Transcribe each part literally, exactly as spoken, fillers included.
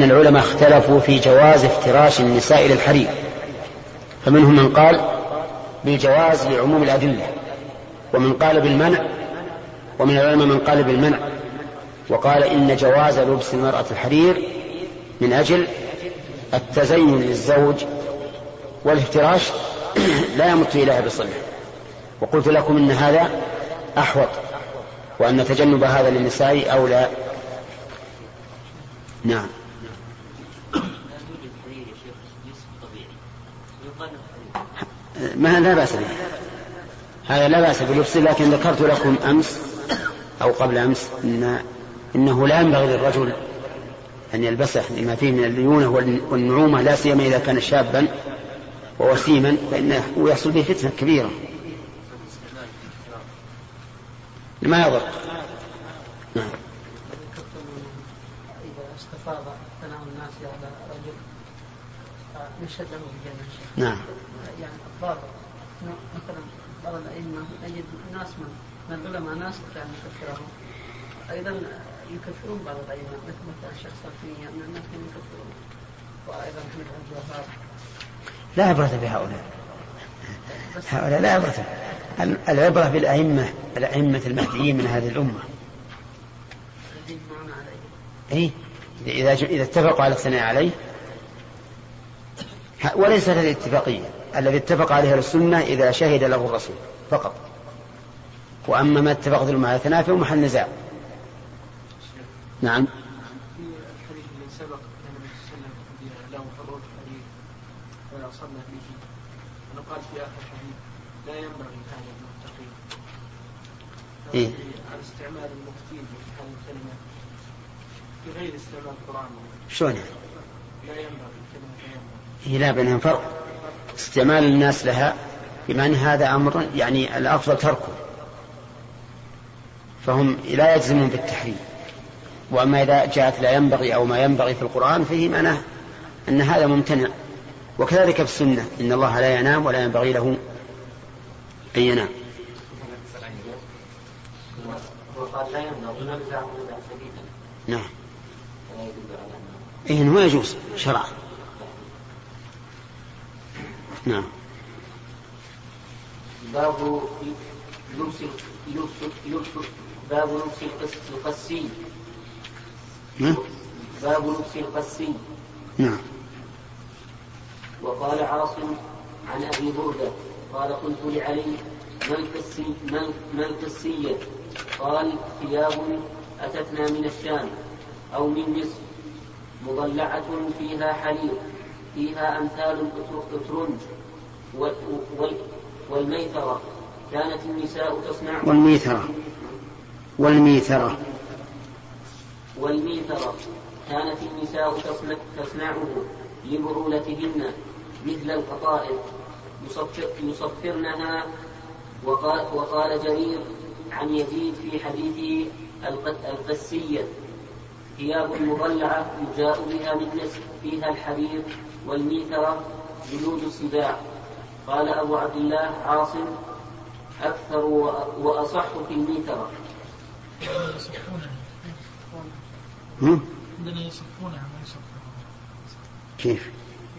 العلماء اختلفوا في جواز افتراش النساء للحرير، فمنهم من قال بالجواز لعموم الأدلة، ومن قال بالمنع، ومن العلماء من قال بالمنع وقال إن جواز لبس المرأة الحرير من أجل التزين للزوج، والافتراش لا يمت إليها بصلة. وقلت لكم إن هذا أحوط، وأن تجنب هذا للنساء أولى. نعم. ما لا بأس به، هذا لا بأس بلبسه، لكن ذكرت لكم أمس أو قبل أمس إن إنه لا ينبغي للرجل أن يلبسه لما فيه من الليونة والنعومة، لا سيما إذا كان شابا ووسيما، فإنه يحصل به فتنة كبيرة ما يضر. نعم. إذا استفاض ثناء الناس على رجل نشهد له بالجنة. نعم. يعني الضابط مثلا بعض الأئمة نجد ناس من العلماء ناس كانوا يكفرهم، أيضا يكفرون بعض الأئمة مثل مثلا الشيخ صالحية من الناس كانوا يكفرون، وأيضا محمد عبد الوهاب. لا عبرة بهؤلاء، هؤلاء لا عبرة. العبرة بالأئمة، الأئمة المهديين من هذه الأمة. إيه؟ إذا إذا اتفقوا على الثناء عليه، وليس هذه الاتفاقية. الذي اتفق عليه السنة إذا شهد له الرسول فقط، وأما ما اتفقت له مع الثناء فهو محل نزاع. نعم. في الحديث الذي سبق كان النبي صلى الله عليه وسلم له فروج حديث وصلنا فيه، ونقال في آخر الحديث لا ينبغي هذا المتقين إيه؟ على استعمال المفتين في هذه الكلمة في غير استعمال القرآن. شلون؟ لا ينبغي كلمة ينبغي. هي لا بينهم فرق. استعمال الناس لها بمعنى هذا أمر يعني الأفضل تركه، فهم لا يجزمون بالتحريم. وأما إذا جاءت لا ينبغي أو ما ينبغي في القرآن فيه معناه أن هذا ممتنع. وكذلك في السنة إن الله لا ينام ولا ينبغي له أن ينام. نعم. إيه هو يجوز شرعا. نعم. باب لبس لبس باب لبس القسي. باب لبس القسي. نعم. وقال عاصم عن أبي بردة قال قلت لعلي ما القسية؟ قال ثياب أتتنا من الشام أو من مصر مضلعة فيها حرير فيها أمثال الأترنج والميثرة كانت النساء تصنع والميثرة والميثرة والميثرة كانت النساء تصنعه لبعولتهن مثل القطائف يصفرنها. وقال, وقال جرير عن يزيد في حديثه القسية ثياب مضلعة يجاء بها من مصر فيها الحرير والميثرة جلود السباع. قال أبو عبد الله عاصم أكثر وأصح في الميثرة. كيف؟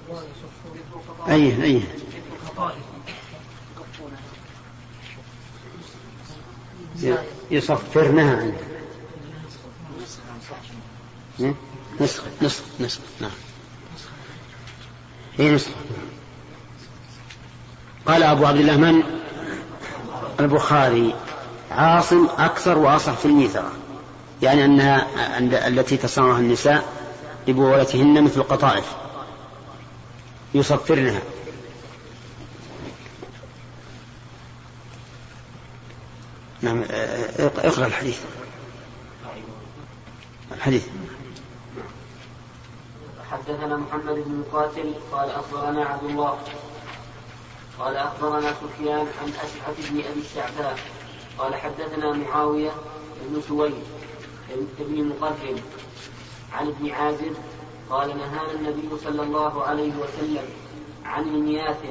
أيه أيه يصفرنها عنه. نسخ نسخ نسخ نعم. إيه نسخ. قال أبو عبد الله من البخاري عاصم أكثر وأصح في الميثرة، يعني أنها التي تصنعها النساء لبعولتهن مثل القطائف يصفرنها. نعم. اقرأ الحديث. الحديث. حدثنا محمد بن مقاتل قال أخبرنا عبد الله قال أخبرنا سفيان عن أشعث بن أبي الشعثاء قال حدثنا معاوية بن سويد بن مقاتل عن ابن عازب قال نهانا النبي صلى الله عليه وسلم عن المياثر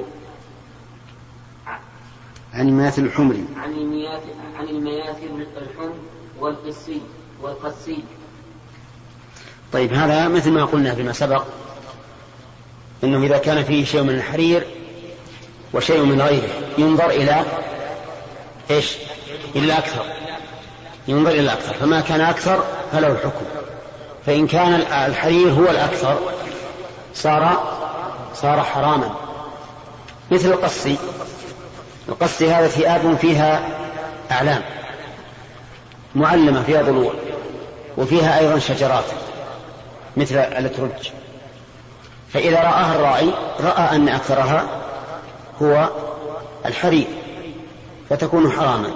عن المياثر الحمر عن المياثر عن المياثر الحمر والقسي والقسي طيب هذا مثل ما قلنا فيما سبق إنه إذا كان فيه شيء من الحرير وشيء من غيره ينظر إلى إيش؟ إلى أكثر، ينظر إلى أكثر، فما كان أكثر فله الحكم. فإن كان الحرير هو الأكثر صار صار حراما. مثل القصي، القصي هذا ثياب فيها أعلام معلمة فيها ضلوع وفيها أيضا شجرات مثل الاترج، فإذا رآها الراعي رأى أن أكثرها هو الحرير فتكون حراما.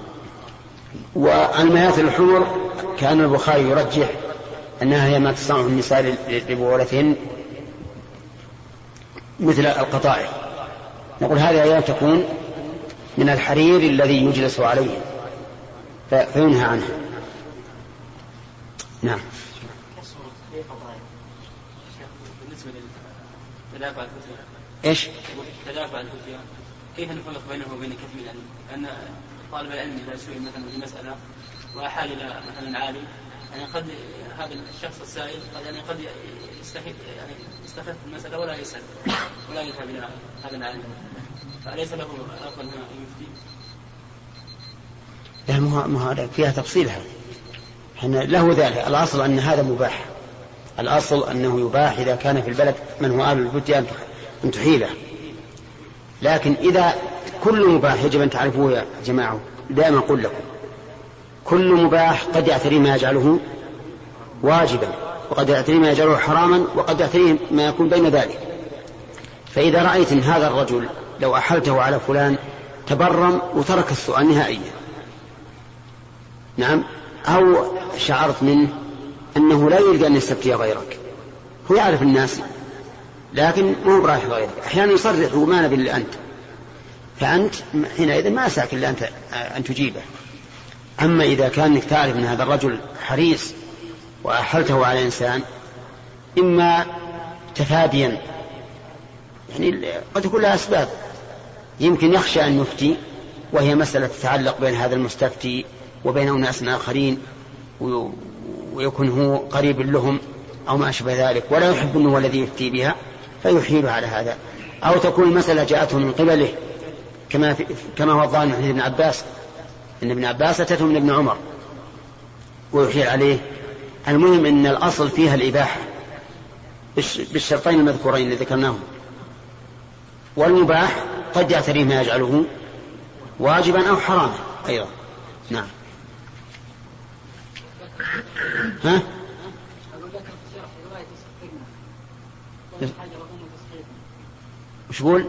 والميات الحمر كان البخاري يرجح أنها هي ما تصنعه النساء لبعولتهن مثل القطائع، نقول هذه أيضا تكون من الحرير الذي يجلس عليه فينهى عنها. نعم. بالنسبة للتدافع الفتية إيش؟ تدافع الفتية كيف نفرق بينه وبين كتم العلم؟ أن طالب العلم إذا سئل مثلا في مسألة وأحال إلى مثلا عالم، يعني قد هذا الشخص السائل قد يعني قد يستفيد يعني يستفيد المسألة ولا يسأل ولا يذهب إلى هذا العالم، فليس له أفضل هنا يفتي؟ لا مو فيها تفصيل هذا، حنا له ذلك. الأصل أن هذا مباح، الأصل أنه يباح إذا كان في البلد من هو أهل الفتية أن تحيله، لكن إذا كل مباح يجب أن تعرفوه يا جماعة، دائما أقول لكم كل مباح قد يعتري ما يجعله واجبا وقد يعتري ما يجعله حراما وقد يعتري ما يكون بين ذلك. فإذا رأيت إن هذا الرجل لو أحلته على فلان تبرم وترك السؤال نهائيا، نعم، أو شعرت منه أنه لا يلقى أن يستفتي غيرك، هو يعرف الناس لكن مو برايح غيرك، أحيانا يصرح وما نبي إلا أنت، فأنت حينئذ ما أسعك إلا أنت أن تجيبه. أما إذا كان إنك تعرف أن هذا الرجل حريص وأحلته على إنسان إما تفاديا، يعني قد تكون لها أسباب، يمكن يخشى أن يفتي وهي مسألة تتعلق بين هذا المستفتي وبين أناس آخرين ويكون هو قريب لهم أو ما أشبه ذلك ولا يحب أنه الذي يفتي بها فيحيله على هذا، أو تكون المسألة جاءته من قبله كما, كما هو الظاهر من ابن عباس، إن ابن عباس أتته من ابن عمر ويحيل عليه. المهم أن الأصل فيها الإباحة بالشرطين المذكورين اللي ذكرناهم، والمباح قد يعتريه ما يجعله واجبا أو حراما أيضا. نعم. ها؟ وش يقول؟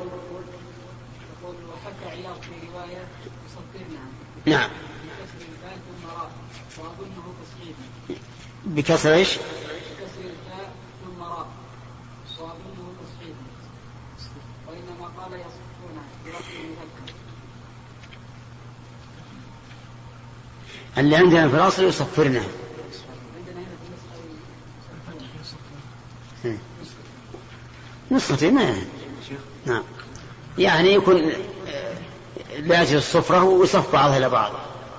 نعم. بكسر ايش؟ بكسر الفاء ثم راء وأظنه تصحيح، وإنما قال يصفونه برفع المذكر. اللي عندنا في الأصل يصفرنا. عندنا هنا في المسألة نصفتي ما نعم، يعني يكون لأجل الصفرة ويصف بعضها إلى بعض.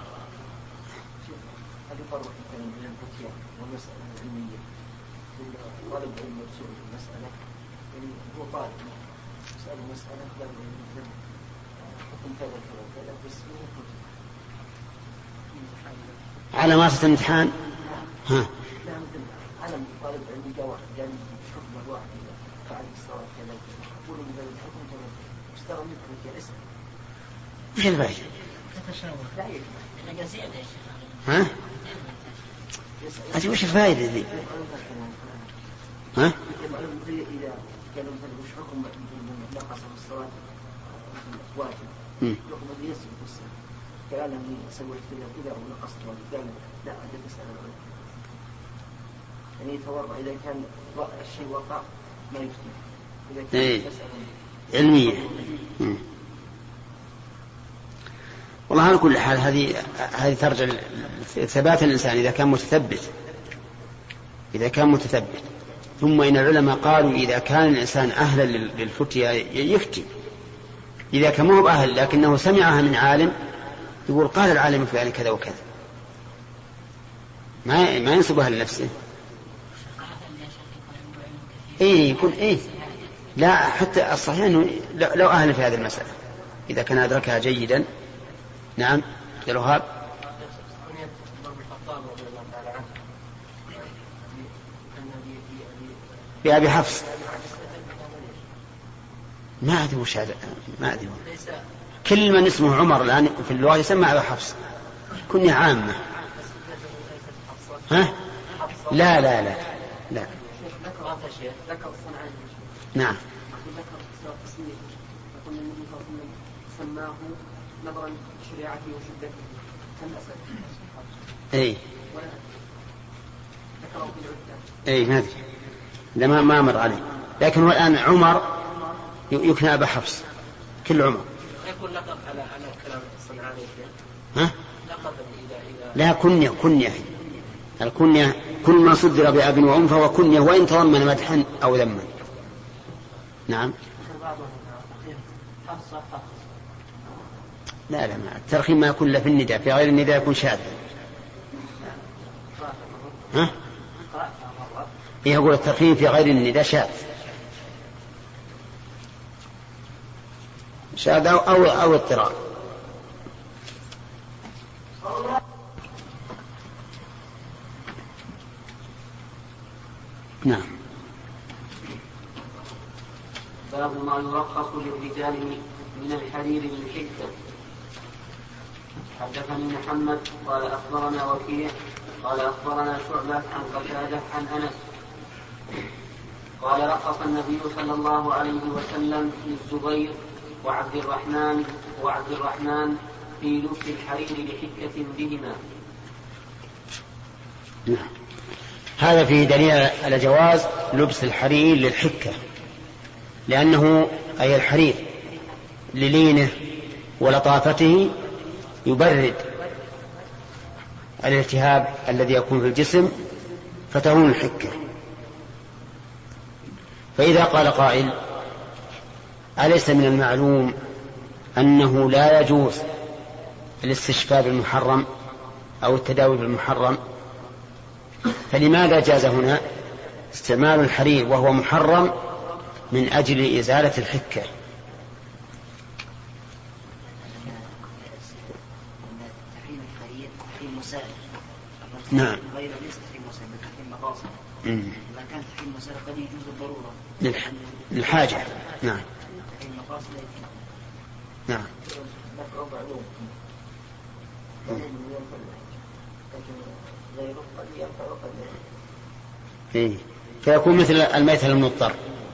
على ما الامتحان ها علم طالب علمي جاء واحد جاني حكم الواحد فعل الصلاة كذا يقول من هذا الحكم كذا اشتغل منكم في اسم ايش الفائدة؟ لا يفهم ها؟ أنت وش الفائدة ذي؟ ها؟ إذا كان مثلا وش حكم نقص الصلاة واجب حكم الذي يسجد في الصلاة كلام لم سويت كذا كذا ونقصت واجب قال لا أنت تسأل العلم يعني يتورع إذا كان الشيء وقع ما يفتي إذا كان إيه. علمية. والله على كل حال هذه هذه ترجع ثبات الإنسان إذا كان متثبت إذا كان متثبت ثم إن العلماء قالوا إذا كان الإنسان أهلا للفتية يفتي، إذا كان مو بأهل لكنه سمعها من عالم يقول قال العالم فعل كذا وكذا، ما ما ينسبها لنفسه. إيه يكون إيه لا حتى الصحيح أنه لو أهل في هذه المسألة إذا كان أدركها جيدا. نعم يا الوهاب. بأبي حفص ما أدري وش هذا ما أدري. كل من اسمه عمر الآن في اللغة يسمى أبي حفص كنية عامة. ها؟ لا لا لا لا. نعم. سماه نظرا شريعته وشدته اي اي ما ادري لما ما مر عليه. لكن هو الان عمر يكنى ابا حفص كل عمر. يكون لقب على على كلام الصنعاني. ها؟ لقب اذا اذا لا كنيه كنيه الكنيه كل ما صدر بأب وأم فهو كنيه وإن تضمن مدحا أو ذما. نعم. لا لا ما الترخيم ما يكون له في النداء في غير النداء يكون شاذا. ها؟ إيه أقول الترخيم في غير النداء شاذ شاذ أو أو, أو اضطرار. نعم. باب ما يرخص للرجال من الحرير بالحدة. حدثني محمد قال أخبرنا وكيع قال أخبرنا شعبة عن قتادة عن أنس قال رخص النبي صلى الله عليه وسلم للزبير وعبد الرحمن وعبد الرحمن في لبس الحرير لحكة بهما. نعم. هذا فيه دليل على جواز لبس الحرير للحكة لأنه أي الحرير للينه ولطافته يبرد الالتهاب الذي يكون في الجسم فتهون الحكة. فإذا قال قائل أليس من المعلوم أنه لا يجوز الاستشفاء بالمحرم أو التداوي بالمحرم فلماذا جاز هنا استعمال الحرير وهو محرم من أجل إزالة الحكة؟ نعم. غير ليس تحريم مسائل بل تحريم مقاصد. إذا كان تحريم مسائل قد يجوز الضرورة للح... للحاجة. نعم. تحريم مقاصد نعم. إيه. فيكون مثل الميتة المضطر.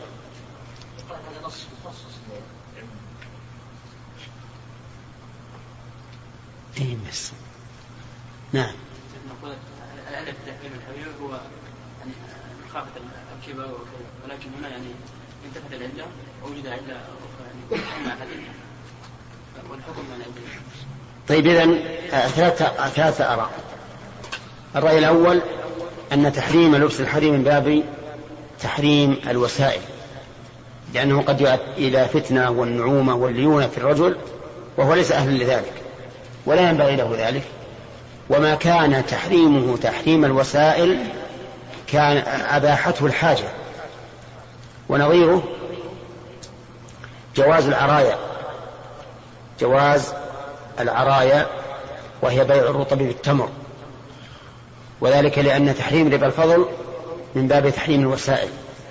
إيه بس. نعم. الألف تحريم الحرير هو يعني مخافة الكبر ولكن هنا يعني انتفت العلة ووجد علة أخرى يعني والحكم يعني عندنا. طيب إذن ثلاثة ثلاثة آراء. الرأي الأول أن تحريم لبس الحرير من باب تحريم الوسائل لأنه قد يؤدي إلى فتنة والنعومة والليونة في الرجل وهو ليس أهلا لذلك ولا ينبغي له ذلك. وما كان تحريمه تحريم الوسائل كان أباحته الحاجة. ونظيره جواز العرايا جواز العرايا وهي بيع الرطب بالتمر وذلك لأن تحريم ربا الفضل من باب تحريم الوسائل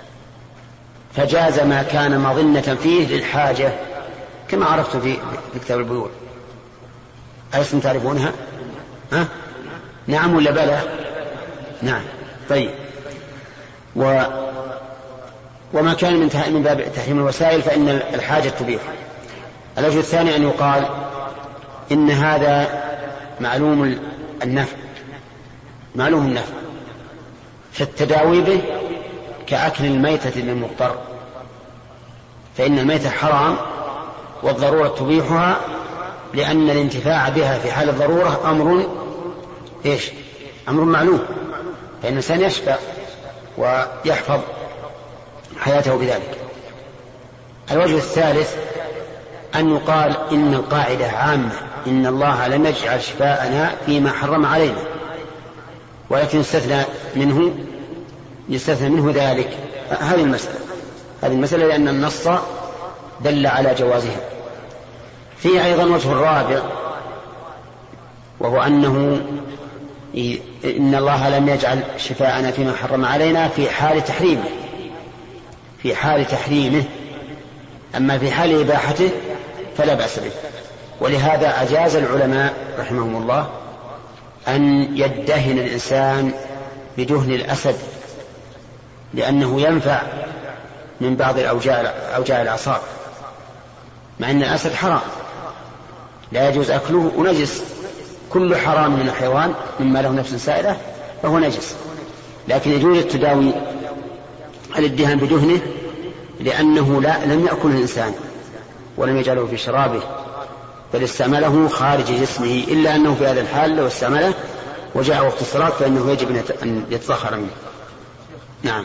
فجاز ما كان مظنة فيه للحاجة كما عرفت في كتاب البيوع. ألستم تعرفونها؟ ها؟ نعم ولا بلى؟ نعم. طيب و... وما كان من, تح... من باب تحريم الوسائل فإن الحاجة تبيح. الوجه الثاني أن يقال إن هذا معلوم النفع معلوم النفع فالتداوي به كأكل الميتة للمضطر فإن الميتة حرام والضرورة تبيحها لأن الانتفاع بها في حال الضرورة أمر إيش؟ أمر معلوم فإن الإنسان يشفى ويحفظ حياته بذلك. الوجه الثالث أن يقال إن القاعدة عامة إن الله لم يجعل شفاءنا فيما حرم علينا ولكن يستثنى منه يستثنى منه ذلك هذه المسألة هذه المسألة لأن النص دل على جوازها. فيه أيضا وجه الرابع، وهو أنه إن الله لم يجعل شفاءنا فيما حرم علينا في حال تحريمه في حال تحريمه أما في حال إباحته فلا بأس به. ولهذا أجاز العلماء رحمهم الله أن يدهن الإنسان بدهن الأسد، لأنه ينفع من بعض أوجاع الأعصاب، مع أن الأسد حرام لا يجوز أكله ونجس. كل حرام من الحيوان مما له نفس سائلة فهو نجس، لكن يجوز التداوي الادهان بدهنه لأنه لا لم يأكله الإنسان ولم يجعله في شرابه، بل استعمله خارج جسمه، إلا أنه في هذا الحال لو استعمله وجاء وقت الصلاة فإنه يجب أن يتطهر منه. نعم.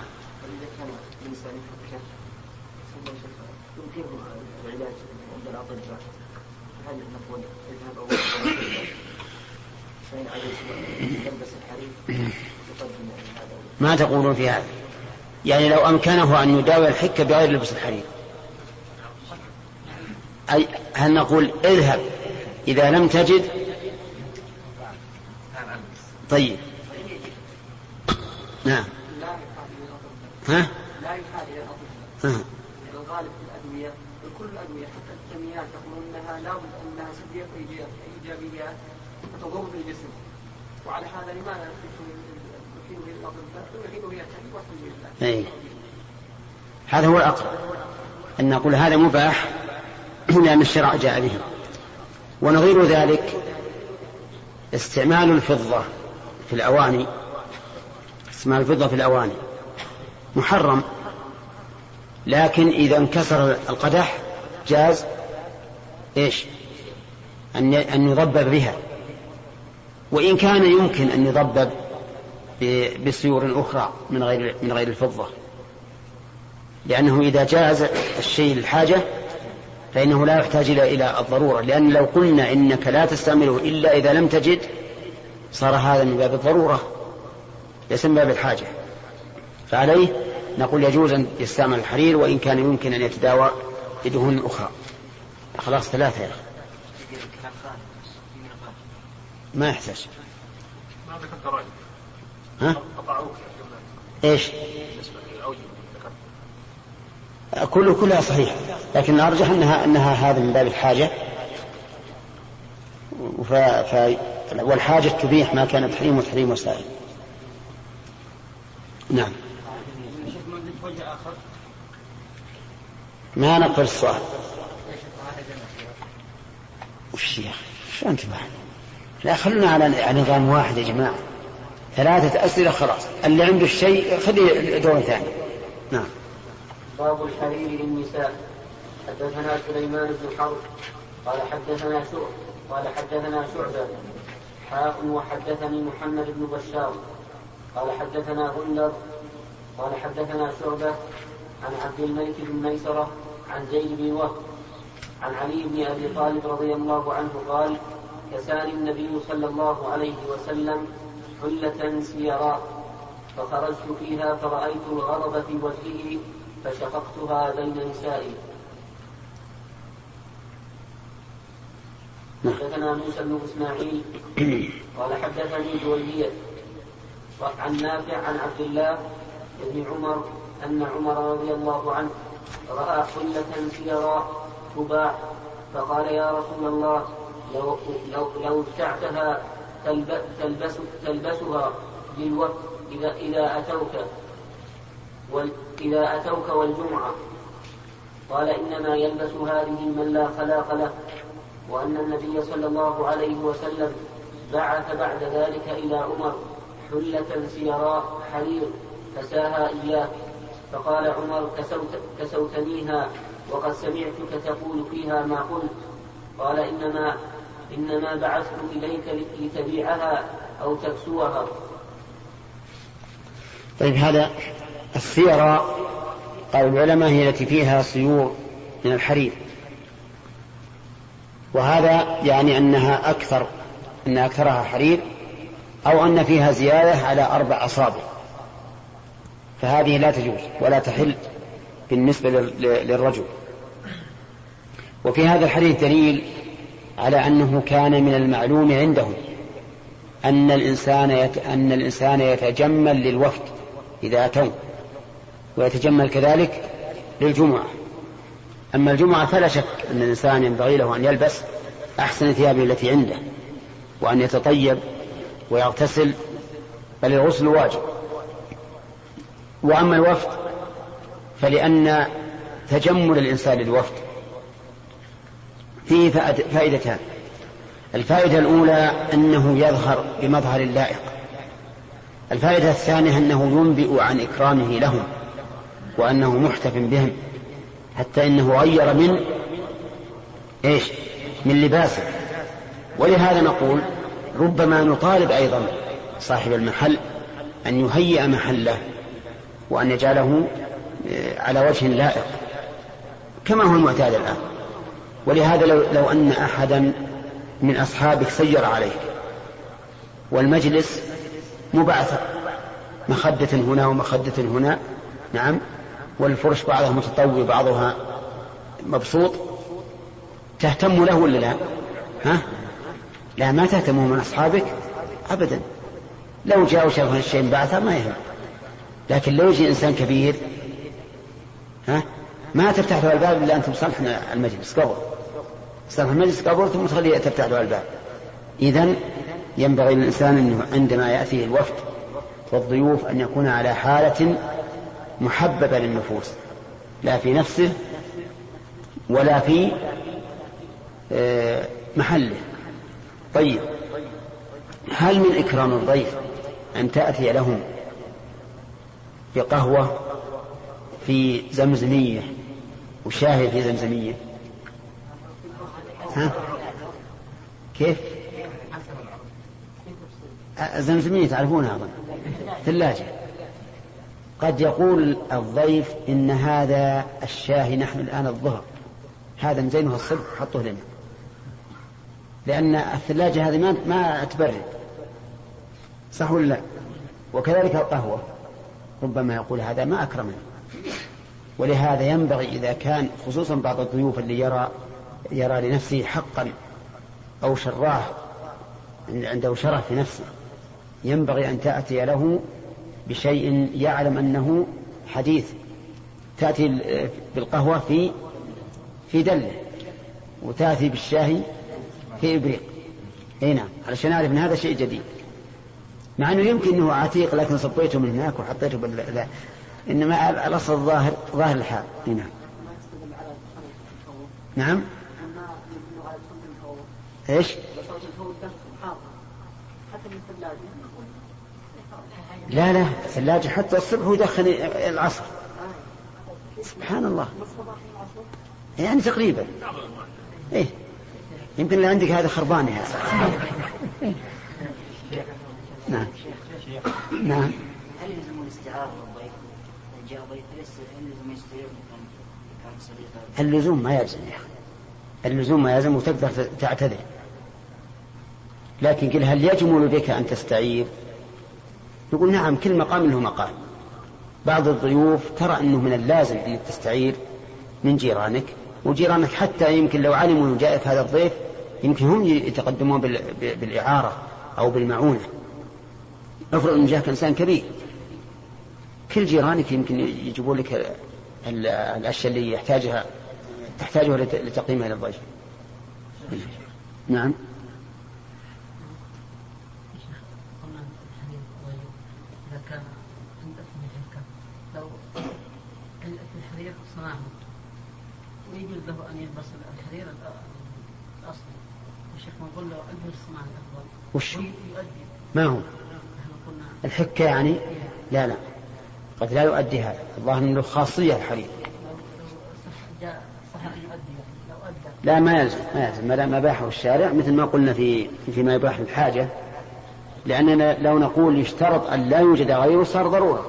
ما تقولون في هذا؟ يعني لو أمكنه أن يداوي الحكة بغير لبس الحرير، أي هل نقول اذهب إذا لم تجد؟ طيب نعم. ها؟ لا يحال إلى الأطباء. الغالب في الأدوية وكل الأدوية حتى الكيميائيات تقولون أنها لا بد أنها سلبيات وإيجابيات تضر بالجسم، وعلى هذا لماذا نحيل إلى الأطباء ونحيل إلى التحليل والحمد لله؟ أي هذا هو الأقرب، أن نقول هذا مباح لأن الشرع جاء به. ونظير ذلك استعمال الفضة في الأواني استعمال الفضة في الأواني محرم، لكن إذا انكسر القدح جاز إيش أن أن يضبب بها، وإن كان يمكن أن يضبب بسيور أخرى من غير من غير الفضة، لأنه إذا جاز الشيء للحاجة فإنه لا يحتاج إلى الضرورة، لأن لو قلنا إنك لا تستعمله إلا إذا لم تجد صار هذا من باب الضرورة ليس من باب الحاجة. فعليه نقول يجوز أن يستعمل الحرير وإن كان يمكن أن يتداوى بدهون أخرى. خلاص ثلاثة يا أخي ما يحتاج. ها؟ إيش؟ كله كلها صحيح، لكن أرجح أنها أنها هذا من باب الحاجة، ف... ف... والحاجة تبيح ما كان تحريم وتحريم وسائل. نعم. ما نقبل السؤال. وش يا أخي شو أنت بعد؟ لا خلنا على نظام واحد يا جماعة، ثلاثة أسئلة خلاص، اللي عنده الشيء خذي دور ثاني. نعم. باب الحرير للنساء. حدثنا سليمان بن حرب قال حدثنا شعبة قال حدثنا شعبة حاء وحدثني محمد بن بشار قال حدثنا غندر قال حدثنا شعبة عن عبد الملك بن ميسرة عن زيد بن وهب عن علي بن أبي طالب رضي الله عنه قال كساني النبي صلى الله عليه وسلم حلة سيراء فخرجت فيها فرأيت الغضب في وجهه فشققتها بين نسائي. حدثنا موسى بن إسماعيل قال حدثني جويرية عن نافع عن عبد الله بن عمر أن عمر رضي الله عنه رأى حلة سيراء تباع فقال يا رسول الله لو, لو, لو ابتعتها تلبس تلبسها للوقت إذا, إذا أتوك إذا أتوك والجمعة. قال إنما يلبس هذه من لا خلاق له، وأن النبي صلى الله عليه وسلم بعث بعد ذلك إلى عمر حلة سيراء حرير فساها إياه. فقال عمر كسوت كسوتنيها وقد سمعتك تقول فيها ما قلت. قال إنما إنما بعثت إليك لتبيعها أو تكسوها. طيب هذا السيراء قال العلماء هي التي فيها سيور من الحرير، وهذا يعني أنها أكثر أن أكثرها حرير أو أن فيها زيادة على أربع أصابع. فهذه لا تجوز ولا تحل بالنسبة للرجل. وفي هذا الحديث دليل على أنه كان من المعلوم عندهم أن الإنسان يت... أن الإنسان يتجمل للوفد إذا أتوا، ويتجمل كذلك للجمعة. أما الجمعة فلا شك أن الإنسان ينبغي له أن يلبس أحسن ثيابه التي عنده، وأن يتطيب ويغتسل، بل الغسل واجب. وأما الوفد فلأن تجمل الإنسان للوفد فيه فائدتان. الفائدة الأولى أنه يظهر بمظهر اللائق. الفائدة الثانية أنه ينبئ عن إكرامه لهم وأنه محتف بهم، حتى إنه غير من إيش من لباسه. ولهذا نقول ربما نطالب أيضا صاحب المحل أن يهيئ محله وأن يجعله على وجه لائق كما هو المعتاد الآن. ولهذا لو, لو أن أحدا من أصحابك سير عليك والمجلس مبعثر، مخدة هنا ومخدة هنا، نعم، والفرش بعضها متطوي بعضها مبسوط، تهتم له ولا لا؟ ها؟ لا، ما تهتم من أصحابك أبدا. لو جاء وشاف الشيء بعثر ما يهم. لكن لو يجي إنسان كبير، ها، ما تفتح له الباب إلا أن تصلح المجلس قبل تصلح المجلس قبل ثم تخليه تفتح له الباب. إذن ينبغي للإنسان أنه عندما يأتيه الوفد والضيوف أن يكون على حالة محببة للنفوس، لا في نفسه ولا في محله. طيب، هل من إكرام الضيف أن تأتي لهم بقهوة في زمزمية وشاهي في زمزمية؟ ها؟ كيف؟ زمزمية تعرفونها أظن، ثلاجة. قد يقول الضيف إن هذا الشاهي نحن الآن الظهر، هذا مزينه الصبح حطه لنا، لأن الثلاجة هذه ما ما تبرد، صح ولا لا؟ وكذلك القهوة ربما يقول هذا ما أكرمني. ولهذا ينبغي إذا كان خصوصا بعض الضيوف اللي يرى يرى لنفسه حقا أو شراه عنده شرف في نفسه، ينبغي أن تأتي له بشيء يعلم أنه حديث. تأتي بالقهوة في في دلة، وتأتي بالشاهي في إبريق، أي نعم، علشان أعرف أن هذا شيء جديد، مع أنه يمكن أنه عتيق لكن صبيته من هناك وحطيته بال... لا. إنما الأصل الظاهر ظاهر الحال. نعم. نعم. إيش؟ لا لا، الثلاجة حتى الصبح ويدخل العصر. سبحان الله، يعني تقريبا. إيه، يمكن اللي عندك هذا خربان يا نعم. نعم. هل يلزم الاستعارة للضيف؟ جاء ضيف يلزم يستعير كان صديقا؟ اللزوم ما يلزم يا أخي، اللزوم ما يلزم، وتقدر تعتذر. لكن قل هل يجمل بك أن تستعير؟ يقول نعم، كل مقام له مقام. بعض الضيوف ترى أنه من اللازم أن تستعير من جيرانك، وجيرانك حتى يمكن لو علموا جاءك هذا الضيف يمكن هم يتقدمون بالإعارة أو بالمعونة. افرض أن جاءك إنسان كبير، كل جيرانك يمكن يجيبوا لك الأشياء اللي يحتاجها تحتاجها لتقديمها للضيف. نعم. إذا كان عند لو الحرير صناعه ويجوز له أن يلبس الحرير الأصلي، الشيخ نقول له ألبس الصناعة الأفضل وش يؤدي. ما هو الحكة يعني؟ لا لا، قد لا يؤدي هذا، الظاهر أنه خاصية الحرير. لا ما يلزم، ما يلزم ما باحه الشارع، مثل ما قلنا في فيما يباح الحاجة، لأننا لو نقول يشترط أن لا يوجد غيره صار ضرورة.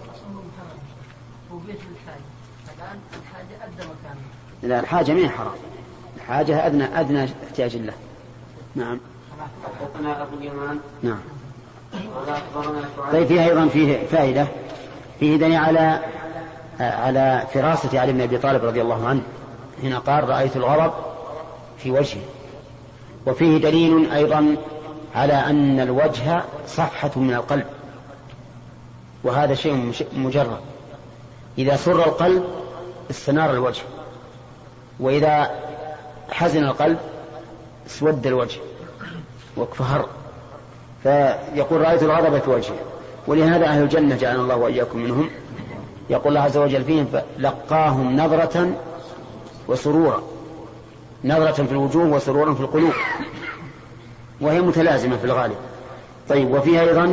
لا، الحاجة مين حرام، الحاجة أدنى أدنى احتياج له. نعم. حدثنا أبو اليمان. نعم. طيب، فيها أيضا فيه فائدة فيه دليل على على فراسة علي بن أبي طالب رضي الله عنه، هنا قال رأيت الغضب في وجهه. وفيه دليل أيضا على أن الوجه صفحة من القلب، وهذا شيء مجرد، إذا سر القلب استنار الوجه، وإذا حزن القلب اسود الوجه واكفهر. فيقول رأيت الغضب في وجهه. ولهذا أهل الجنة جعلنا الله وإياكم منهم، يقول الله عز وجل فيهم فلقاهم نظرة وسرورا، نظرة في الوجوه وسرورا في القلوب، وهي متلازمة في الغالب. طيب، وفيها أيضا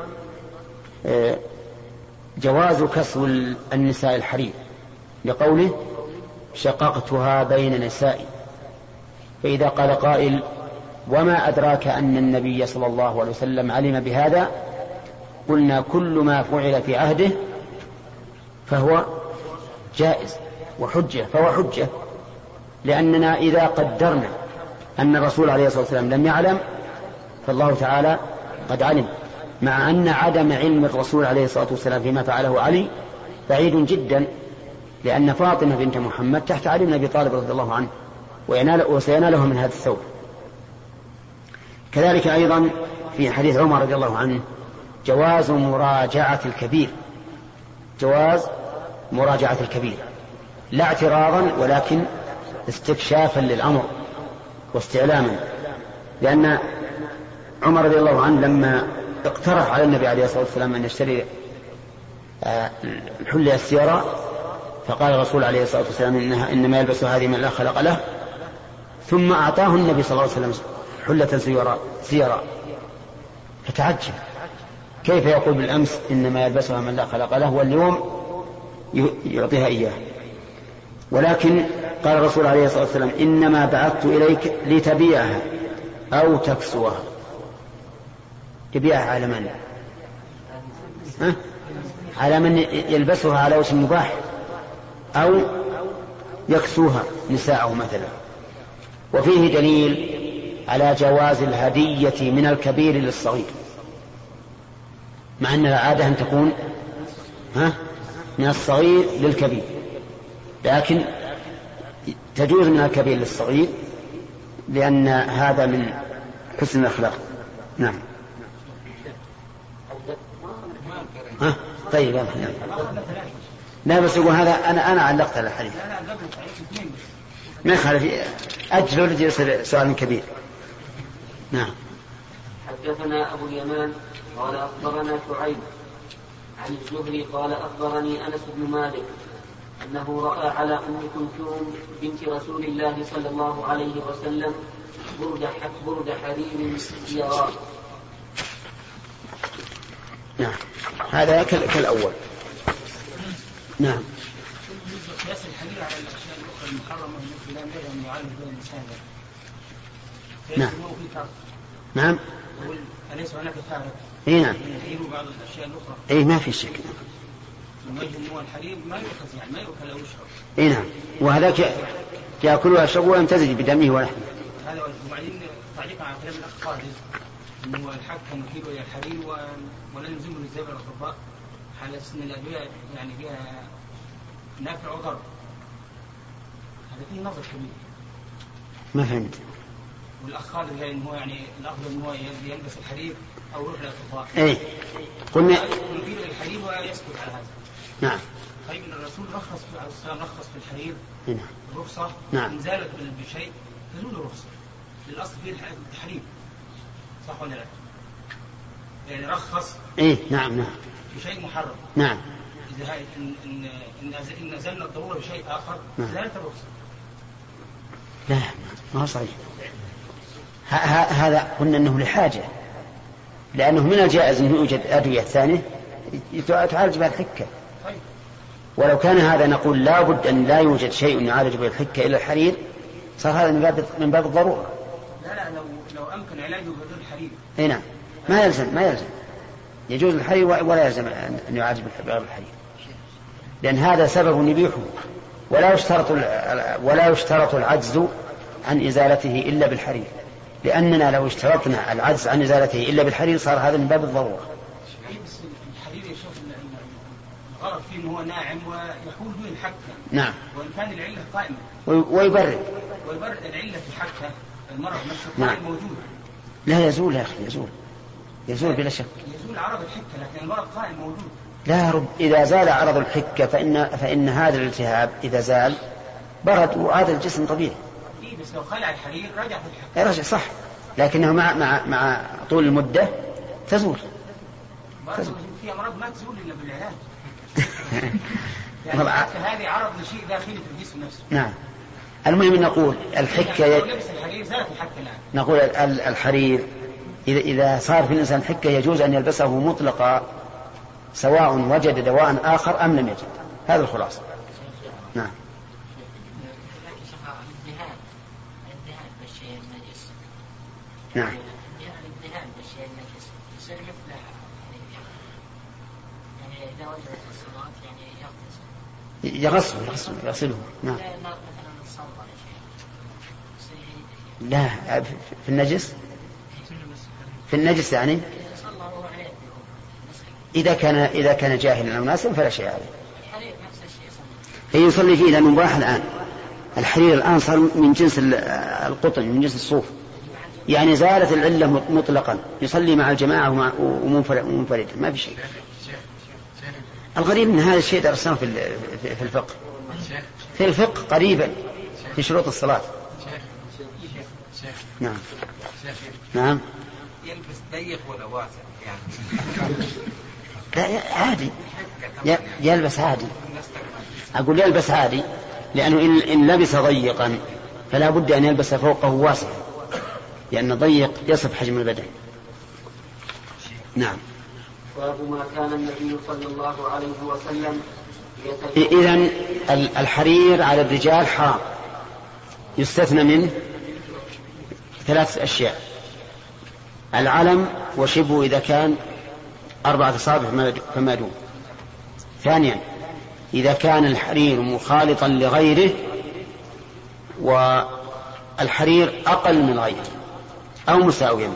جواز كسو النساء الحرير لقوله شققتها بين نسائي. فإذا قال قائل وما أدراك أن النبي صلى الله عليه وسلم علم بهذا، قلنا كل ما فعل في عهده فهو جائز وحجة، فهو حجة، لأننا إذا قدرنا أن الرسول عليه الصلاة والسلام لم يعلم فالله تعالى قد علم، مع أن عدم علم الرسول عليه الصلاة والسلام فيما فعله علي بعيد جدا، لأن فاطمة بنت محمد تحت علي بن أبي طالب رضي الله عنه وينال وسيناله من هذا الثوب. كذلك أيضا في حديث عمر رضي الله عنه جواز مراجعة الكبير، جواز مراجعة الكبير لا اعتراضا ولكن استكشافا للأمر واستعلاما، لأن عمر رضي الله عنه لما اقترح على النبي عليه الصلاة والسلام أن يشتري الحلة السيارة، فقال الرسول عليه الصلاة والسلام إنها إنما يلبس هذه من لا خلق له، ثم أعطاه النبي صلى الله عليه وسلم حلة سيارة، فتعجب كيف يقول بالأمس إنما يلبسها من لا خلق له واليوم يعطيها إياه. ولكن قال الرسول عليه الصلاة والسلام إنما بعثت إليك لتبيعها أو تكسوها. تبيعها على من؟ ها؟ على من يلبسها على وجه مباح أو يكسوها نساءه مثلا. وفيه دليل على جواز الهدية من الكبير للصغير، مع أن العادة أن تكون ها من الصغير للكبير، لكن تجوز من الكبير للصغير لأن هذا من حسن الأخلاق. نعم. ها طيب يا لا بس يقول هذا أنا أنا علقت على الحديث ما يخالف، أجل ولد يصير سؤال كبير. نعم. حدثنا أبو اليمان قال أخبرنا شعيب عن الزهري قال أخبرني أنس بن مالك أنه رأى على أم كلثوم بنت رسول الله صلى الله عليه وسلم برد برد حرير سيارات. نعم هذا كالأول. نعم. قياس الحرير على الأشياء الأخرى المحرمة التي لا ينبغي أن يعالج بها الإنسان. نعم. نعم. أليس هناك فارق؟ إيه نعم. الحرير وبعض الأشياء الأخرى. إيه ما في شك. من وجه الحرير ما يؤخذ يعني ما يؤكل أو يشرب. إيه نعم. وهذاك يأكل ويشرب ويمتزج بدمه ولحمه. هذا وبعدين تعليقا على كلام الأخ فاضل إنه الحكم وكيل إلى الحرير ولا يلزمه الذهاب إلى الأطباء على أساس إن الأدوية يعني فيها نافع وضر. هذا فيه نظر كبير. ما فهمت. والأخ خالد قال إنه يعني الأفضل إنه يلبس الحرير أو يروح للأطباء. إيه. قلنا. يكيل إلى الحرير ويسكت على هذا. نعم. طيب الرسول رخص عليه السلام رخص في الحرير. نعم. رخصة. نعم. إن زالت بشيء تزول الرخصة. للأصل فيه التحريم. صح ولا لا؟ يعني رخص. إيه نعم نعم. بشيء محرم. نعم. إذا إن إن إن نزلنا الضرورة بشيء آخر نعم. زالت الرخصة. لا ما هو صحيح. هذا قلنا أنه لحاجة، لأنه من الجائز أنه يوجد أدوية ثانية تعالج بها الحكة. ولو كان هذا نقول لا بد أن لا يوجد شيء يعالج به الحكة إلا الحرير، صار هذا من باب من باب الضرورة. لا لا لو لو أمكن علاجه بدون الحرير. أي نعم ما يلزم ما يلزم يجوز الحرير ولا يلزم أن يعالج بالحرير، لأن هذا سبب يبيحه، ولا يشترط ولا يشترط العجز عن إزالته إلا بالحرير، لأننا لو اشترطنا العجز عن إزالته إلا بالحرير صار هذا من باب الضرورة. بس الحرير يشوف الغرض فيه انه هو ناعم ويحول دون الحكة. نعم. وان كان العلة قائمة. ويبرد. ويبرد العلة في الحكة المرض نفسه نعم. موجود. لا يزول يا أخي، يزول يزول بلا شك. يزول عرض الحكة لكن المرض قائم موجود. لا رب، إذا زال عرض الحكة فإن فإن هذا الالتهاب إذا زال برد وعاد الجسم طبيعي. إيه بس لو خلع الحرير رجع في الحكة. رجع صح، لكنه مع مع مع طول المدة تزول. تزول. في أمراض ما تزول إلا بالعلاج. يعني هذه عرض لشيء داخلي في الجسم نفسه. نعم. المهم نقول الحكة ي... الحرير زالت الحكة الآن. نقول الحرير إذا إذا صار في الإنسان حكة يجوز أن يلبسه مطلقا سواء وجد دواء آخر أم لم يجد. هذا الخلاصة. نعم. نعم. يغسل يغسل يغسله. نعم. لا في النجس في النجس يعني إذا كان إذا كان جاهلا أو ناسا فلا شيء عليه. هي يصلي فيه لأنه مباح الآن. الحرير الآن صار من جنس القطن من جنس الصوف، يعني زالت العلة مطلقا، يصلي مع الجماعة ومنفردا ما في شيء. الغريب من هذا الشيء درسناه في الفقه في الفقه قريبا في شروط الصلاة. نعم. نعم. يلبس ضيق ولا واسع لا يعني؟ عادي يلبس عادي. أقول يلبس عادي لأنه إن لبس ضيقا فلا بد أن يلبس فوقه واسع لأن ضيق يصف حجم البدن. نعم. باب ما كان النبي صلى الله عليه وسلم إذن الحرير على الرجال حرام، يستثنى منه ثلاث أشياء: العلم وشبه إذا كان أربعة أصابع فما دون. ثانيا إذا كان الحرير مخالطا لغيره والحرير أقل من غيره أو مساويا.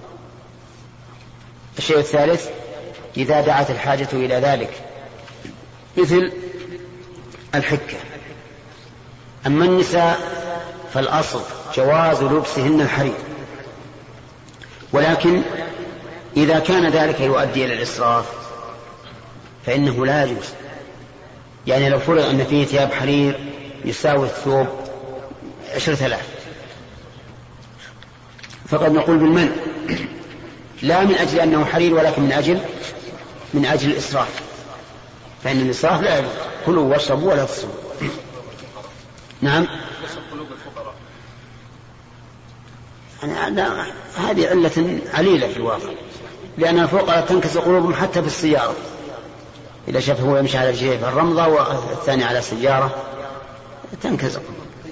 الشيء الثالث إذا دعت الحاجة إلى ذلك مثل الحكة. أما النساء فالأصل جواز لبسهن الحرير، ولكن إذا كان ذلك يؤدي إلى الإسراف فإنه لا يجوز. يعني لو فرض أن فيه ثياب حرير يساوي الثوب عشرة آلاف فقد نقول بالمنع، لا من أجل أنه حرير ولكن من أجل من أجل الإسراف، فإن الإسراف لا يجوز. كلوا واشربوا ولا تسرفوا. نعم. أنا هذه علة عليلة في الواقع، لأن الفقراء تنكسر قلوبهم حتى في السيارة، إذا شافه هو يمشي على رجليه في الرمضة والثاني على سيارة تنكسر.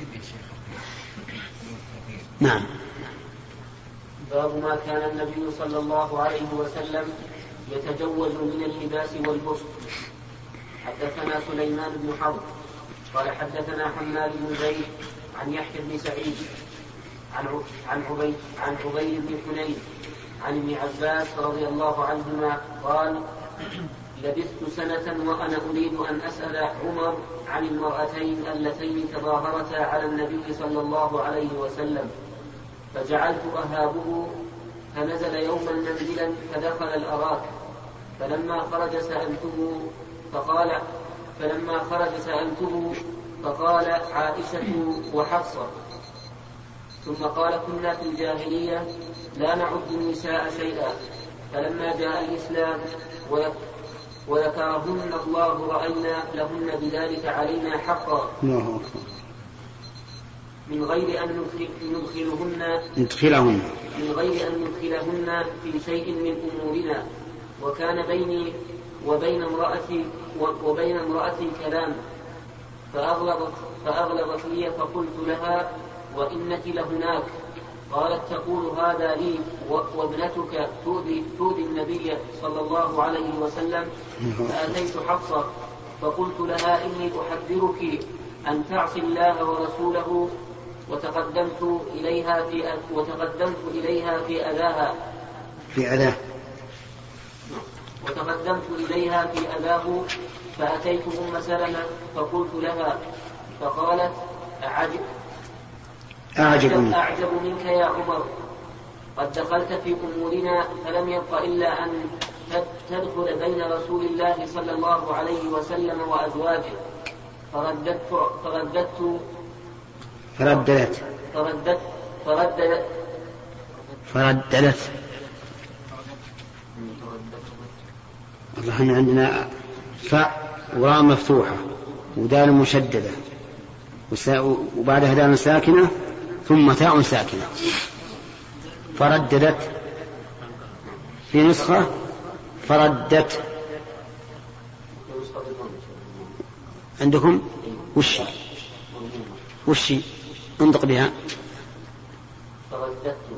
نعم. باب ما كان النبي صلى الله عليه وسلم يتجوز من اللباس والبسط. حدثنا سليمان بن حرب قال حدثنا حماد بن زيد عن يحيى بن سعيد عن عن عبيد عن عبيد بن حنين عن ابن عباس رضي الله عنهما قال: لبثت سنة وأنا أريد أن أسأل عمر عن المرأتين اللتين تظاهرتا على النبي صلى الله عليه وسلم، فجعلت أهابه، فنزل يوما منزلا فدخل الأراك، فلما خرج سألته فقال فلما خرج سألته فقال عائشة وحفصة. ثم قال: كنا في الجاهلية لا نعد النساء شيئا، فلما جاء الإسلام وذكرهن الله رأينا لهن بذلك علينا حقا من غير أن ندخلهن ندخلهن من غير أن ندخلهن في شيء من أمورنا، وكان بيني وبين امرأتي وبين امرأتي كلام، فأغلظت فأغلظت لي فقلت لها: وإنك لهناك. قالت: تقول هذا لي وابنتك تؤذي تؤذي النبي صلى الله عليه وسلم. فأتيت حفصة فقلت لها: إني أحذرك أن تعصي الله ورسوله، وتقدمت إليها في وتقدمت إليها في أذاها في أذاه وتقدمت إليها في أباه فأتيت أم سلمة فقلت لها فقالت أعجب, أعجب, أعجب منك يا عمر قد دخلت في أمورنا فلم يبق إلا أن تدخل بين رسول الله صلى الله عليه وسلم وأزواجه. فرددت فرددت فرددت فرددت فرددت فرددت والله عندنا فاء وراء مفتوحة ودال مشددة وبعدها دال ساكنة ثم تاء ساكنة. فرددت في نسخة فردت عندكم وش وش انطق بها. فرددت.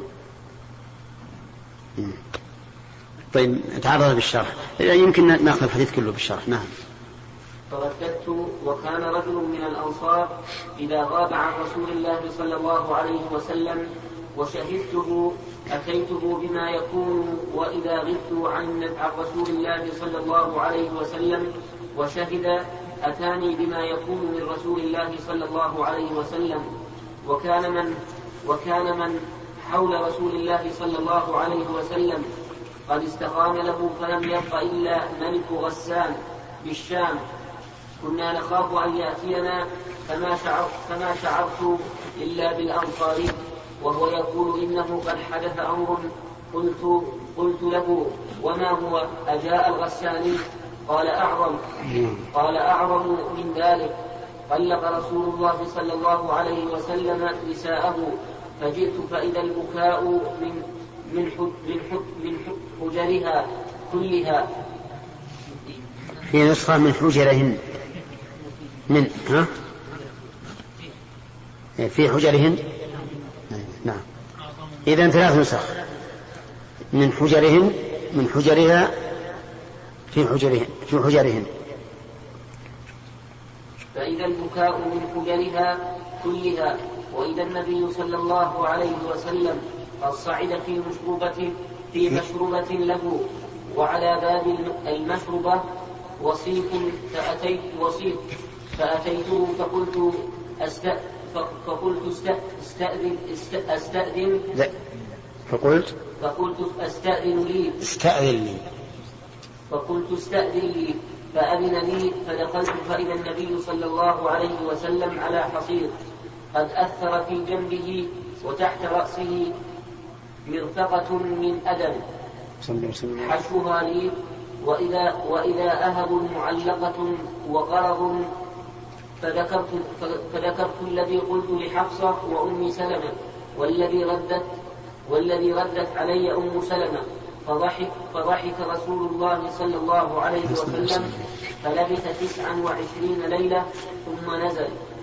طيب تعرض بالشرح يمكن ناخذ الحديث كله بالشرح. نعم. فرددت وكان رجل من الأنصار إذا غاب عن رسول الله صلى الله عليه وسلم وشهدته أتيته بما يكون وإذا غبت عن رسول الله صلى الله عليه وسلم وشهد أتاني بما يكون من رسول الله صلى الله عليه وسلم. وكان من وكان من حول رسول الله صلى الله عليه وسلم قد استقام له فلم يبق إلا ملك غسان بالشام كنا نخاف أن يأتينا فما شعرت, فما شعرت إلا بالأنصاري وهو يقول إنه قد حدث أمر. قلت, قلت له وما هو؟ أجاء الغساني؟ قال أعظم قال أعظم من ذلك طلق رسول الله صلى الله عليه وسلم نساءه فجئت فإذا البكاء من من من من حجرها كلها. في نسخة من حجرهن من ها في حجرهن. نعم. إذن ثلاث نسخ من حجرهن من حجرها في حجرهن في حجرهن. فإذا البكاء من حجرها كلها وإذا النبي صلى الله عليه وسلم قد صعد في مشروبة في مشروبة له وعلى باب المشروبة وصيف فأتيت وصيف فأتيته فقلت أست فقلت استأذن أستأذن لا فقلت فقلت أستأذن لي استأذن لي فقلت استأذن لي فأذن لي فدخلت فإذا النبي صلى الله عليه وسلم على حصير قد أثر في جنبه وتحت رأسه مرفقة من أدم حشوها لي وإذا, وإذا أهب معلقة وغرض فذكرت, فذكرت الذي قلت لحفصة وأم سلمة والذي ردت والذي ردت علي أم سلمة فضحك, فضحك رسول الله صلى الله عليه وسلم فلبث تسعا وعشرين ليلة ثم نزل.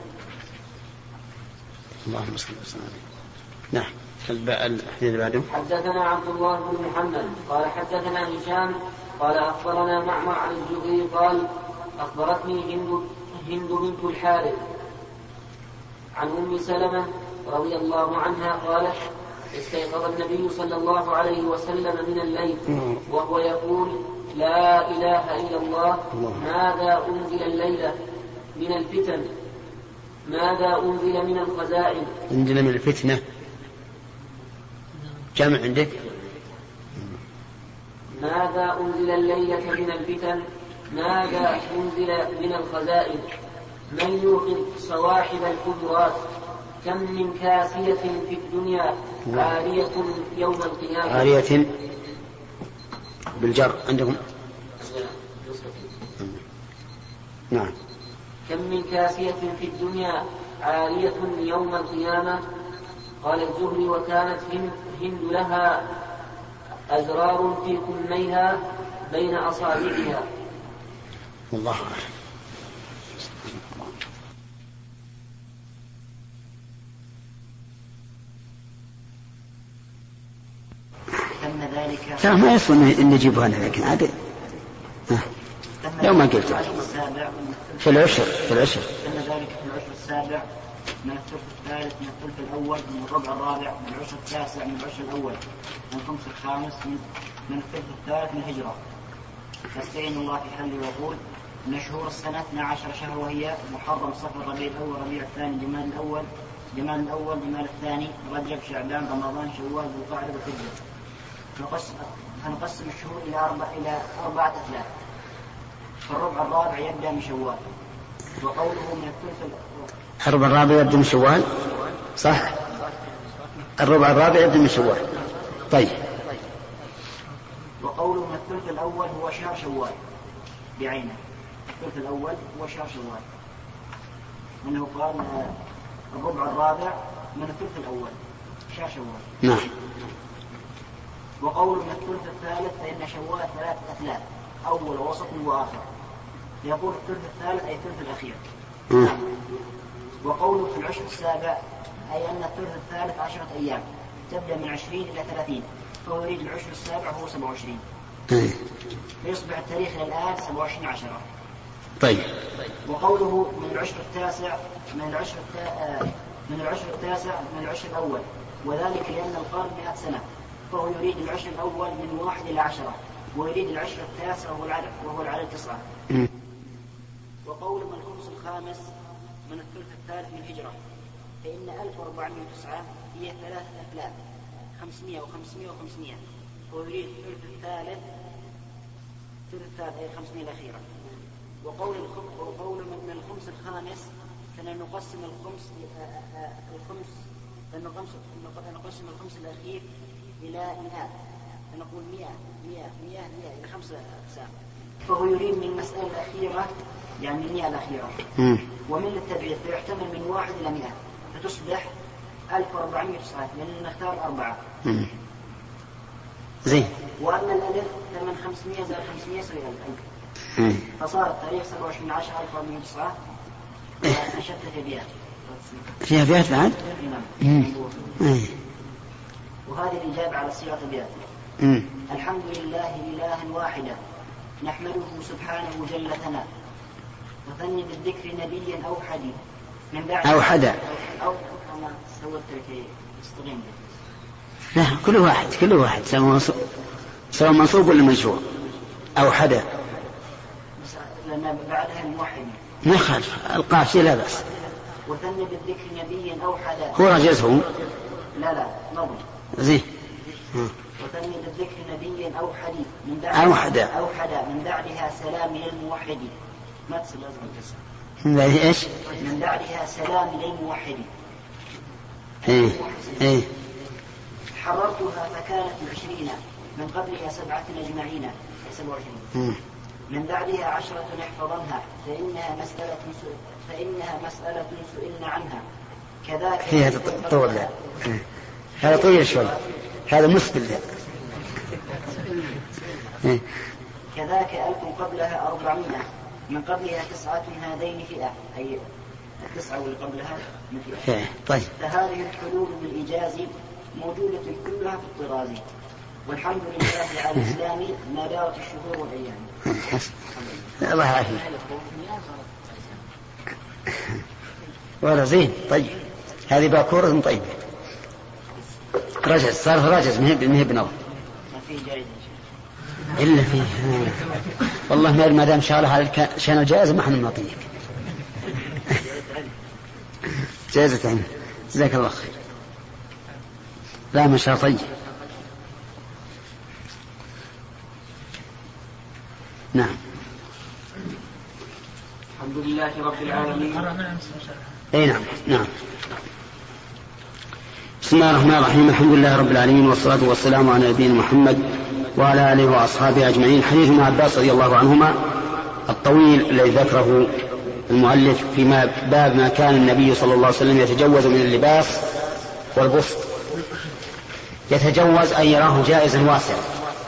اللهم صل وسلم. نعم. الحديث بعده. حدثنا عبد الله بن محمد قال حدثنا هشام قال أخبرنا معمر عن الزهري قال أخبرتني هند, هند بنت الحارث عن أم سلمة رضي الله عنها قالت استيقظ النبي صلى الله عليه وسلم من الليل وهو يقول لا إله إلا الله ماذا أنزل الليلة من الفتن ماذا أنزل من الخزائن. أنزل من الفتنة جمع عندك. ماذا أنزل الليلة من الفتن ماذا أنزل من الخزائن من يوقظ صواحب الحجرات كم من كاسية في الدنيا عارية يوم القيامة. عارية بالجر عندهم. نعم. كم من كاسية في الدنيا عارية يوم القيامة. قال الزهري وكانت هند لها أزرار في كميها بين أصابعها. والله أعلم. ذلك ترى ما يصل ان نجيبها انا لكن عاد لو ما قلت في العشر في العشر تم ذلك في العشر السابع من الثلث الثالث من الثلث الاول من الربع الرابع من العشر التاسع من العشر الاول من الخمس الخامس من, من الثلث الثالث من الهجره فاستعين الله في حل وقول من شهور السنة اثنا عشر شهر وهي محرم صفر ربيع الأول ربيع الثاني جمال الأول جمال الأول جمال الثاني رجب شعبان رمضان شوال ذو القعدة وحجة. فنقسم الشهور إلى أربع إلى أربعة أثلاث. فالربع الرابع يبدأ من شوال وقوله من الثلث الربع الرابع يبدأ من شوال صح الربع الرابع يبدأ من شوال. طيب وقوله من الثلث الأول هو شهر شوال بعينه. الثلث الأول هو شهر شوال منه قال الربع الرابع من الثلث الأول شهر شوال. نعم. وقوله من الثلث الثالث فإن شوال ثلاثة أثلاث أول ووسط وآخر. يقول الثلث الثالث أي الثلث الأخير. نعم. وقوله في العشر السابع أي أن الثلث الثالث عشرة أيام تبدأ من عشرين إلى ثلاثين فهو يريد العشر السابع هو سبعة وعشرين فيصبح التاريخ إلى الآن سبعة وعشرين عشرة. طيب. وقوله من العشر التاسع من العشر التا... من العشر التاسع من العشر الأول وذلك لأن القرن مئة سنة فهو يريد العشر الأول من واحد إلى عشرة ويريد العشر التاسع وهو العدد وهو العدد تسعة. وقول من الخمس الخامس من الثلث الثالث من الهجرة فإن ألف وأربعمائة وتسعة هي ثلاثة أفلاك خمسمائة وخمسمائة وخمسمائة هو يريد الثلث الثالث الثلث الثالث أي الخمسمائة الأخيرة. وقول الخمس وقول من الخمس الخامس فنقسم الخمس الخمس نقسم الخمس الأخير إلى مئات فنقول مئة مئة مئة مئة إلى خمسة أقسام فهو يريد من المسألة الأخيرة يعني المئة الأخيرة ومن التبعيض فيحتمل من واحد إلى مئة فتصبح ألف وأربعمائة وتسعة لأن نختار أربعة. زين. وأن الألف ثمن خمسمائة زائد خمسمائة يساوي ألف فصار التاريخ سبعة وعشرين عشرة ألف وأربعمائة وتسعة أشد في بيات فيها بيات بعد؟ وهذه الإجابة على صيغة بيات. الحمد لله إلها واحدا نحمده سبحانه جل ثناء وثني بالذكر نبيا أو حدي من بعد أو حدا أو أنا سويت لك استغين لا كل واحد كل واحد سواء منصوب ولا منشور أو حدا لأن بعدها الموحد ما يخالف القافية لا بأس. وثني بالذكر نبيا أو حدا هو رجزه لا لا نظم زين. وثني بالذكر نبيا أو حديث من بعد أو حدا أو حدا من بعدها سلام للموحد ما تصل لازم تسمع من بعد إيش؟ من بعدها سلام للموحد. إيه إيه. حررتها فكانت عشرين من قبلها سبعة أجمعين سبعة وعشرين من بعدها عشرة نحفظنها فإنها مسألة فإنها مسألة سئلنا عنها كذاك فيها طول هذا طويل شوي هذا مسبل كذاك ألف قبلها أربعمائة من قبلها تسعة هذين فئة أي التسعة واللي قبلها من فئة. طيب. فهذه الحلول بالإجاز موجودة كلها في الطراز والحمد لله على الإسلام ما دارت الشهور والأيام. الله يعافيك. ولا زين. طيب هذه باكورة طيبة رجز صار رجز مهب مهب نور إلا فيه والله ما دام شغله على شان الجائزة ما حنا نعطيك جائزة عنه جزاك الله خير. لا ما شاء طيب. نعم. الحمد لله رب العالمين. اي نعم نعم. بسم الله الرحمن الرحيم الحمد لله رب العالمين والصلاة والسلام على نبينا محمد وعلى آله وأصحابه أجمعين. حديث ابن عباس رضي الله عنهما الطويل الذي ذكره المؤلف في باب ما كان النبي صلى الله عليه وسلم يتجوز من اللباس والبسط. يتجوز أن يراه جائزا واسعا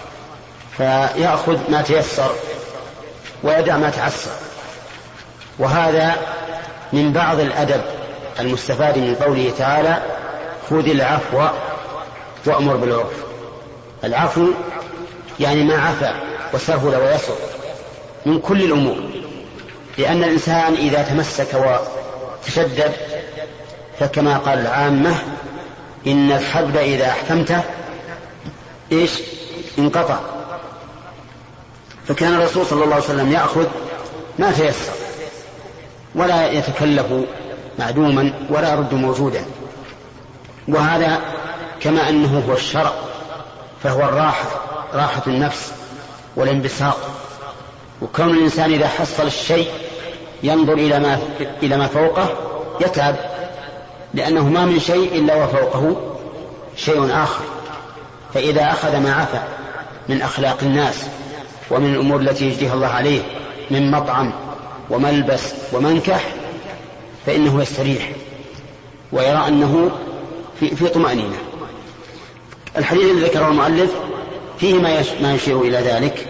فيأخذ ما تيسر ويدع ما تعسر. وهذا من بعض الأدب المستفاد من قوله تعالى خذ العفو وأمر بالعرف. العفو يعني ما عفى وسهل ويسر من كل الأمور لأن الإنسان إذا تمسك وتشدد فكما قال العامة إن الحبل إذا أحكمته إيش انقطع. فكان الرسول صلى الله عليه وسلم يأخذ ما تيسر ولا يتكلف معدوما ولا يرد موجودا، وهذا كما أنه هو الشرع فهو الراحة، راحة النفس والانبساط. وكون الإنسان إذا حصل الشيء ينظر إلى ما, إلى ما فوقه يتعب، لأنه ما من شيء إلا وفوقه شيء آخر. فإذا أخذ ما عفى من أخلاق الناس ومن الأمور التي يجديها الله عليه من مطعم وملبس ومنكح فإنه يستريح ويرى أنه في, في طمأنينة. الحديث الذي ذكره المؤلف فيه ما يشير إلى ذلك.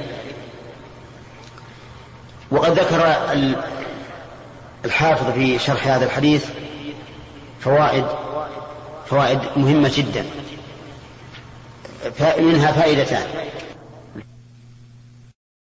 وقد ذكر الحافظ في شرح هذا الحديث فوائد فوائد مهمة جدا، منها فائدتان.